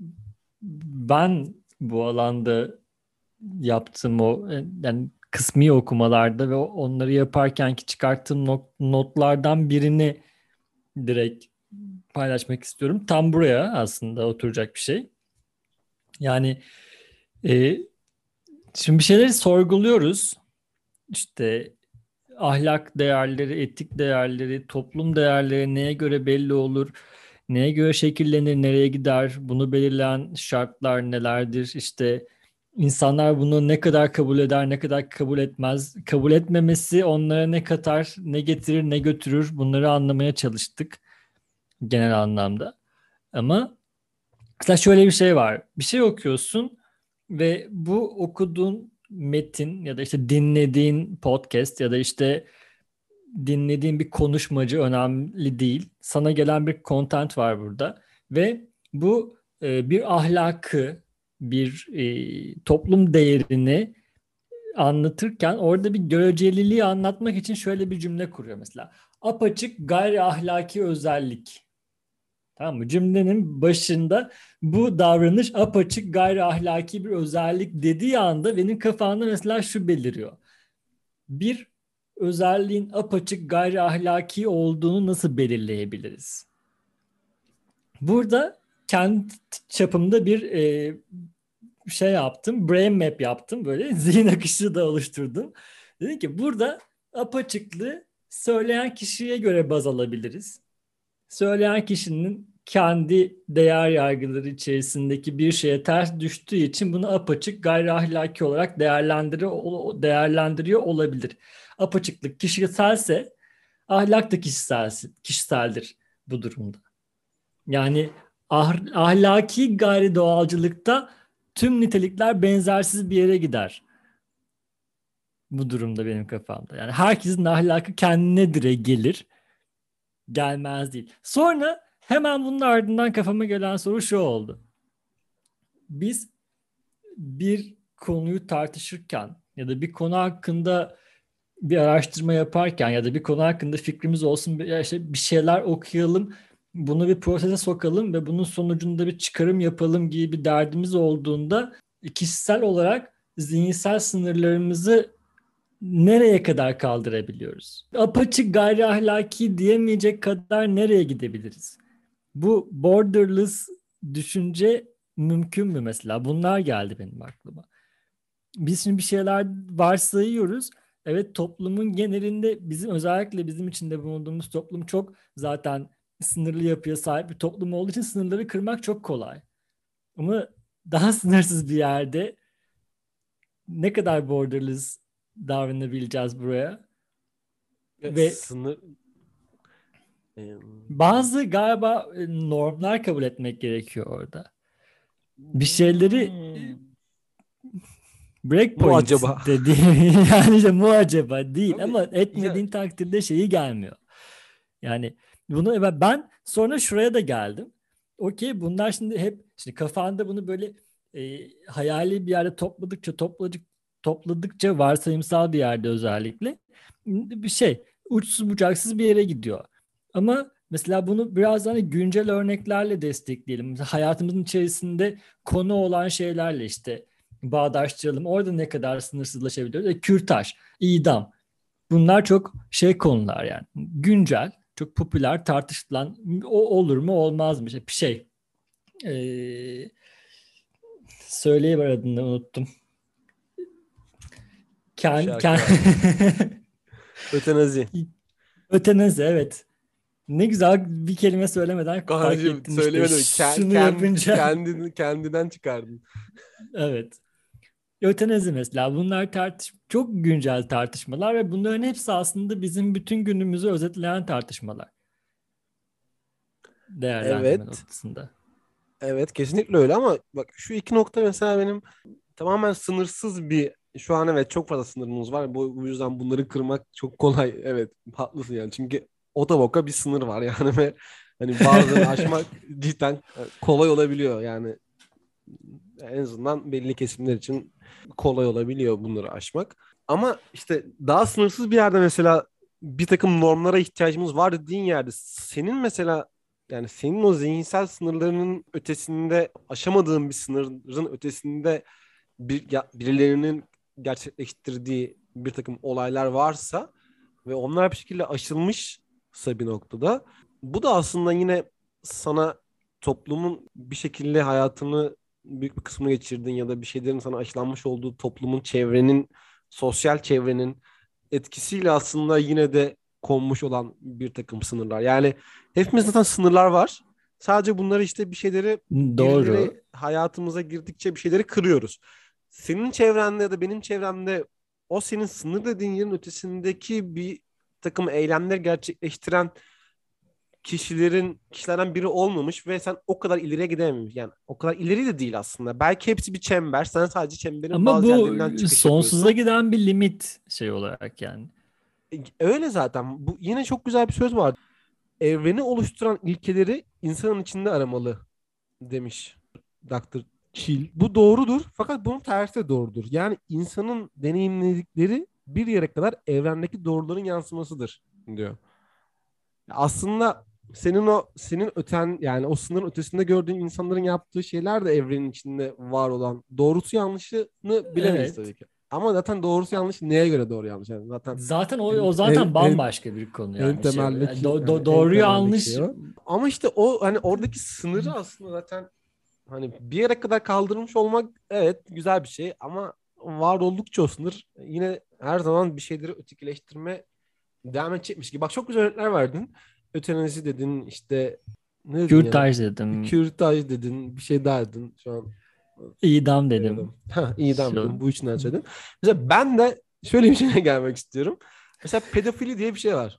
ben bu alanda yaptığım o e, yani kısmi okumalarda ve onları yaparkenki çıkarttığım not- notlardan birini direkt paylaşmak istiyorum. Tam buraya aslında oturacak bir şey. Yani e, şimdi bir şeyleri sorguluyoruz. İşte ahlak değerleri, etik değerleri, toplum değerleri neye göre belli olur? Neye göre şekillenir, nereye gider? Bunu belirleyen şartlar nelerdir? İşte insanlar bunu ne kadar kabul eder, ne kadar kabul etmez? Kabul etmemesi onlara ne katar, ne getirir, ne götürür? Bunları anlamaya çalıştık genel anlamda. Ama mesela şöyle bir şey var. Bir şey okuyorsun ve bu okuduğun metin ya da işte dinlediğin podcast ya da işte dinlediğin bir konuşmacı önemli değil. Sana gelen bir content var burada Ve bu e, bir ahlakı, bir e, toplum değerini anlatırken orada bir göreceliliği anlatmak için şöyle bir cümle kuruyor mesela. Apaçık gayri ahlaki özellik. Tamam mı? Cümlenin başında bu davranış apaçık gayri ahlaki bir özellik dediği anda benim kafamda mesela şu beliriyor. Bir özelliğin apaçık gayri ahlaki olduğunu nasıl belirleyebiliriz? Burada kendi çapımda bir e, şey yaptım. Brain map yaptım. Böyle zihin akışı da oluşturdum. Dedim ki burada apaçıklığı söyleyen kişiye göre baz alabiliriz. Söyleyen kişinin kendi değer yargıları içerisindeki bir şeye ters düştüğü için bunu apaçık gayri ahlaki olarak değerlendiriyor, değerlendiriyor olabilir. Apaçıklık kişiselse ahlak da kişisel, kişiseldir bu durumda. Yani ah, ahlaki gayri doğalcılıkta tüm nitelikler benzersiz bir yere gider. Bu durumda benim kafamda. Yani herkesin ahlakı kendine dire gelir. Gelmez değil. Sonra hemen bunun ardından kafama gelen soru şu oldu. Biz bir konuyu tartışırken ya da bir konu hakkında bir araştırma yaparken ya da bir konu hakkında fikrimiz olsun, bir, işte bir şeyler okuyalım, bunu bir prosese sokalım ve bunun sonucunda bir çıkarım yapalım gibi bir derdimiz olduğunda kişisel olarak zihinsel sınırlarımızı nereye kadar kaldırabiliyoruz? Apaçık gayri ahlaki diyemeyecek kadar nereye gidebiliriz? Bu borderless düşünce mümkün mü mesela? Bunlar geldi benim aklıma. Biz şimdi bir şeyler varsayıyoruz. Evet, toplumun genelinde bizim, özellikle bizim içinde bulunduğumuz toplum çok zaten sınırlı yapıya sahip bir toplum olduğu için sınırları kırmak çok kolay. Ama daha sınırsız bir yerde ne kadar borderless davranabileceğiz buraya? Ve Ve sınır e, bazı galiba e, normlar kabul etmek gerekiyor orada. Bir şeyleri hmm, mu breakpoint acaba? dediğim yani işte mu acaba değil Abi ama ya etmediğin takdirde şeyi gelmiyor. Yani bunu ben ben sonra şuraya da geldim. Okey, bunlar şimdi hep şimdi kafanda bunu böyle e, hayali bir yerde topladıkça topladık topladıkça varsayımsal bir yerde özellikle bir şey uçsuz bucaksız bir yere gidiyor. Ama mesela bunu biraz hani güncel örneklerle destekleyelim. Mesela hayatımızın içerisinde konu olan şeylerle işte bağdaştıralım. Orada ne kadar sınırsızlaşabiliyoruz? E, kürtaj, idam. Bunlar çok şey konular yani. Güncel, çok popüler, tartışılan o olur mu olmaz mı? İşte bir şey. Ee, söyleyiver adını unuttum. bir Ken, şarkı ken... var. Ötenazi. Ötenazi, evet. Ne güzel bir kelime söylemeden fark Kaan'cığım ettin işte. söylemedim. Ke- Şunu kendi, yapınca kendini, kendinden çıkardın. evet. Ötenazi mesela, bunlar tartış çok güncel tartışmalar ve bunların hepsi aslında bizim bütün günümüzü özetleyen tartışmalar. Değerlendirme Evet. noktasında. Evet kesinlikle öyle ama bak şu iki nokta mesela benim tamamen sınırsız bir şu an evet çok fazla sınırımız var. Bu, bu yüzden bunları kırmak çok kolay. Evet haklısın yani. Çünkü otoboka bir sınır var yani ve hani bazılarını aşmak cidden e, kolay olabiliyor. Yani en azından belli kesimler için kolay olabiliyor bunları aşmak. Ama işte daha sınırsız bir yerde mesela bir takım normlara ihtiyacımız var dediğin yerde senin mesela yani senin o zihinsel sınırlarının ötesinde aşamadığın bir sınırın ötesinde bir ya, birilerinin gerçekleştirdiği bir takım olaylar varsa ve onlar bir şekilde aşılmışsa bir noktada bu da aslında yine sana toplumun bir şekilde hayatını büyük bir kısmını geçirdin ya da bir şeylerin sana aşılanmış olduğu toplumun, çevrenin, sosyal çevrenin etkisiyle aslında yine de konmuş olan bir takım sınırlar. Yani hepimizde zaten sınırlar var. Sadece bunları işte bir şeyleri Doğru. birileri hayatımıza girdikçe bir şeyleri kırıyoruz. Senin çevrende ya da benim çevremde o senin sınır dediğin yerin ötesindeki bir takım eylemler gerçekleştiren kişilerin kişilerden biri olmamış ve sen o kadar ileriye gidememiş. Yani o kadar ileri de değil aslında. Belki hepsi bir çember. Sen sadece çemberin Ama bazı bu yerlerinden çıkış sonsuza yapıyorsun. giden bir limit şey olarak yani. E, Öyle zaten. Bu yine çok güzel bir söz var. evreni oluşturan ilkeleri insanın içinde aramalı demiş doktor Chill. Bu doğrudur fakat bunun tersi de doğrudur. Yani insanın deneyimledikleri bir yere kadar evrendeki doğruların yansımasıdır diyor. Aslında senin o senin öten yani o sınırın ötesinde gördüğün insanların yaptığı şeyler de evrenin içinde var olan doğrusu yanlışını bilemeyiz Evet. tabii ki. Ama zaten doğrusu yanlış neye göre doğru yanlış yani zaten Zaten o, en o en zaten en, bambaşka bir konu en yani şey. Yani temeldeki do- yani do- en doğru temeldeki yanlış şey o. Ama işte o hani oradaki sınırı aslında zaten hani bir yere kadar kaldırmış olmak evet güzel bir şey ama var oldukça o sınır yine her zaman bir şeyleri ötekileştirme devam edecekmiş gibi. Bak çok güzel örnekler verdin. Ötenazi dedin işte ne dedin ya? kürtaj dedim, Kürtaj dedin bir şey daha dedin. Şu an idam dedim. söyledim. Ha, idam Şu, dedim. Bu üçünden söyledim. Mesela ben de şöyle bir şeye gelmek istiyorum. Mesela pedofili diye bir şey var.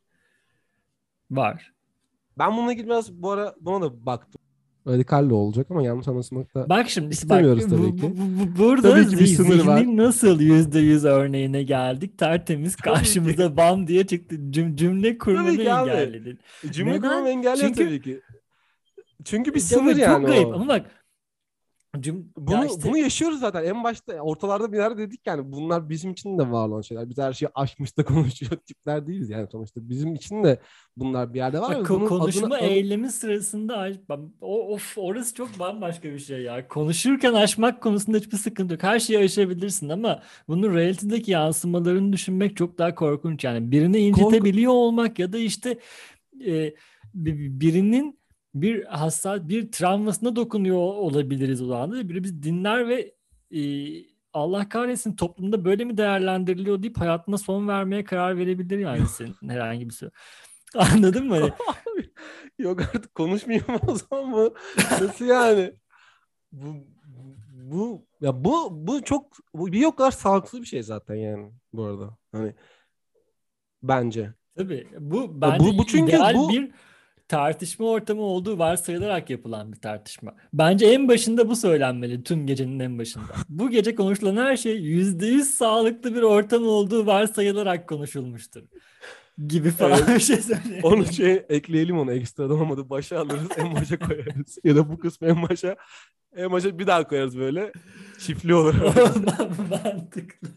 var. Ben bununla ilgili biraz bu ara buna da baktım. Radikal de olacak ama yanlış anlaşılmak da Bak şimdi işte bak istemiyoruz tabii bu, bu- ki. bu- burada Tabii ki bir zi- sınır var. zihnin nasıl yüzde yüz örneğine geldik tertemiz Tabii ki. karşımıza bam diye çıktı. Cüm- cümle Tabii kurmanı ki abi. engelledin. Cümle kurmamı Neden? engelliyor Çünkü tabii ki. Çünkü bir sınır evet yani çok garip o. ama bak cüm ya Bunu bunu işte yaşıyoruz zaten. En başta ortalarda bir yerde dedik yani bunlar bizim için de var olan şeyler. Biz her şeyi aşmış da konuşuyor tipler değiliz yani sonuçta. Bizim için de bunlar bir yerde var bak, ve ko- bunun adını konuşma an- eylemi sırasında aş- ben- o, of orası çok bambaşka bir şey ya. Konuşurken aşmak konusunda hiçbir sıkıntı yok. Her şeyi aşabilirsin ama bunun realitedeki yansımalarını düşünmek çok daha korkunç yani. Birini korku incitebiliyor olmak ya da işte e, bi- birinin bir hassas bir travmasına dokunuyor olabiliriz o anda. Biri biz dinler ve e, Allah kahretsin toplumda böyle mi değerlendiriliyor deyip hayatına son vermeye karar verebilir yani senin herhangi bir şey. Anladın mı? Hani Abi, yok artık konuşmayayım o zaman mı? Nasıl yani? Bu bu ya bu bu çok bu bir o kadar sağlıksız bir şey zaten yani bu arada. Hani bence. tabii bu Ya bence bu bu i- çünkü ideal bu bir tartışma ortamı olduğu varsayılarak yapılan bir tartışma. Bence en başında bu söylenmeli tüm gecenin en başında. Bu gece konuşulan her şey yüzde yüz sağlıklı bir ortam olduğu varsayılarak konuşulmuştur gibi falan evet. bir şey Onu söyleyelim. şey ekleyelim onu ekstradan olmadı. Başa alırız en başa koyarız. Ya da bu kısmı en başa en başa bir daha koyarız böyle. Çiftli olur orası. Mantıklı.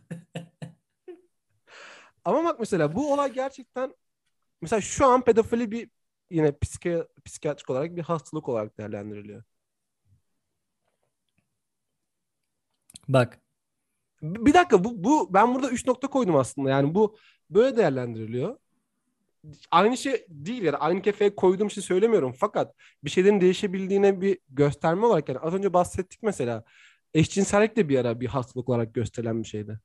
Ama bak mesela bu olay gerçekten mesela şu an pedofili bir yine psiki, psikiyatrik olarak bir hastalık olarak değerlendiriliyor. Bak Bir dakika bu bu ben burada üç nokta koydum aslında. Yani bu böyle değerlendiriliyor. Aynı şey değil yani aynı kefeye koyduğum şey söylemiyorum. Fakat bir şeylerin değişebildiğine bir gösterme olarak yani az önce bahsettik mesela eşcinsellik de bir ara bir hastalık olarak gösterilen bir şeydi.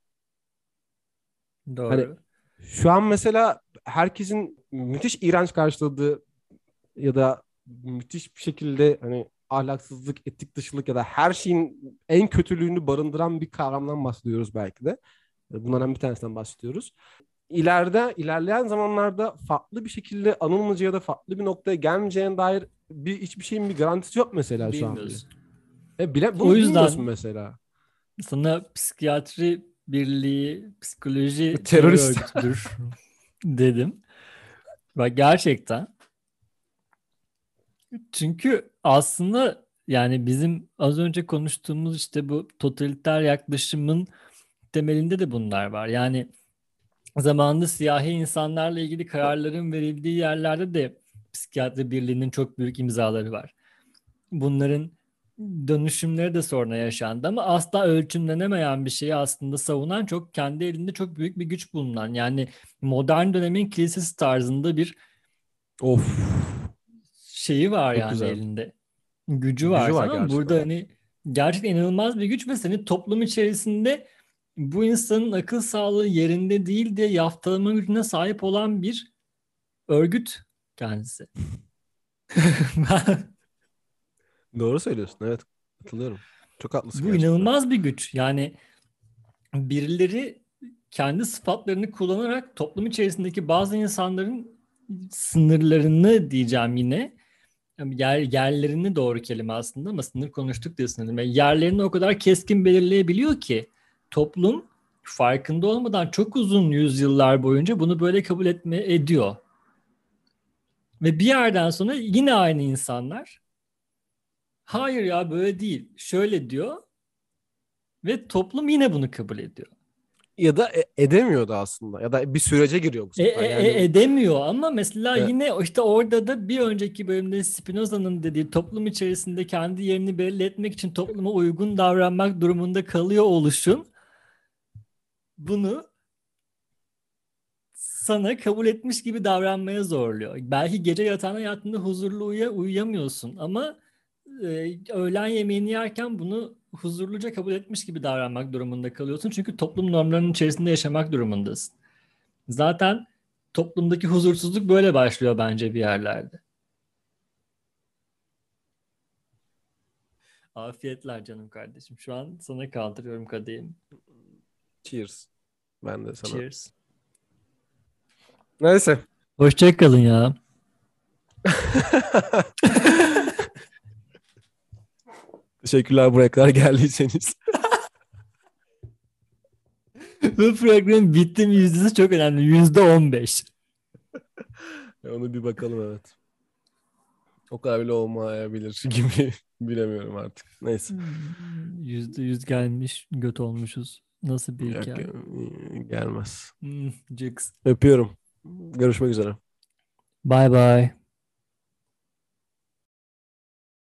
Hani doğru. şu an mesela herkesin müthiş iğrenç karşıladığı ya da müthiş bir şekilde hani ahlaksızlık, etik dışılık ya da her şeyin en kötülüğünü barındıran bir kavramdan bahsediyoruz belki de. Bunlardan bir tanesinden bahsediyoruz. İleride, ilerleyen zamanlarda farklı bir şekilde anılmayacağı ya da farklı bir noktaya gelmeyeceğine dair bir hiçbir şeyin bir garantisi yok mesela şu an bile. Bilmiyorsun. E bile, O bunu bilmiyorsun yüzden mesela. sana psikiyatri birliği psikoloji terör Terörist. örgütüdür dedim. Bak gerçekten. Çünkü aslında yani bizim az önce konuştuğumuz işte bu totaliter yaklaşımın temelinde de bunlar var. Yani zamanında siyahi insanlarla ilgili kararların verildiği yerlerde de psikiyatri birliğinin çok büyük imzaları var. Bunların dönüşümleri de sonra yaşandı ama asla ölçümlenemeyen bir şeyi aslında savunan çok kendi elinde çok büyük bir güç bulunan yani modern dönemin kilisesi tarzında bir Of. şeyi var Çok yani güzel. elinde. Gücü var Gücü var tamam mı? Burada gerçekten. hani gerçekten inanılmaz bir güç ve seni toplum içerisinde bu insanın akıl sağlığı yerinde değil diye yaftalama gücüne sahip olan bir örgüt kendisi. Ben- Doğru söylüyorsun. Evet. Katılıyorum. Çok haklısın Bu gerçekten. inanılmaz bir güç. Yani birileri kendi sıfatlarını kullanarak toplum içerisindeki bazı insanların sınırlarını diyeceğim yine yani yer, yerlerini doğru kelime aslında ama sınır konuştuk diye sınırım. Yani yerlerini o kadar keskin belirleyebiliyor ki toplum farkında olmadan çok uzun yüzyıllar boyunca bunu böyle kabul etme ediyor. Ve bir yerden sonra yine aynı insanlar hayır ya böyle değil şöyle diyor ve toplum yine bunu kabul ediyor. Ya da e- edemiyordu aslında. Ya da bir sürece giriyor bu E, sefer. e- e- Yani edemiyor ama mesela e, yine işte orada da bir önceki bölümde Spinoza'nın dediği toplum içerisinde kendi yerini belli etmek için topluma uygun davranmak durumunda kalıyor oluşun bunu sana kabul etmiş gibi davranmaya zorluyor. Belki gece yatağın hayatında huzurlu uya, uyuyamıyorsun ama e, öğlen yemeğini yerken bunu huzurluca kabul etmiş gibi davranmak durumunda kalıyorsun. Çünkü toplum normlarının içerisinde yaşamak durumundasın. Zaten toplumdaki huzursuzluk böyle başlıyor bence bir yerlerde. Afiyetler canım kardeşim. Şu an sana kaldırıyorum kadehimi. cheers. Ben de sana. Cheers. Neyse. Hoşçakalın ya. Teşekkürler buraya kadar geldiyseniz. Bu programın bitti mi yüzdesi çok önemli. Yüzde on beş. Onu bir bakalım, evet. O kadar bile olmayabilir gibi bilemiyorum artık. Neyse. Hmm, Yüzde yüz gelmiş, göt olmuşuz. Nasıl bir Yok, hikaye? gelmez. Hmm, Cıks. Öpüyorum. Görüşmek üzere. Bye bye.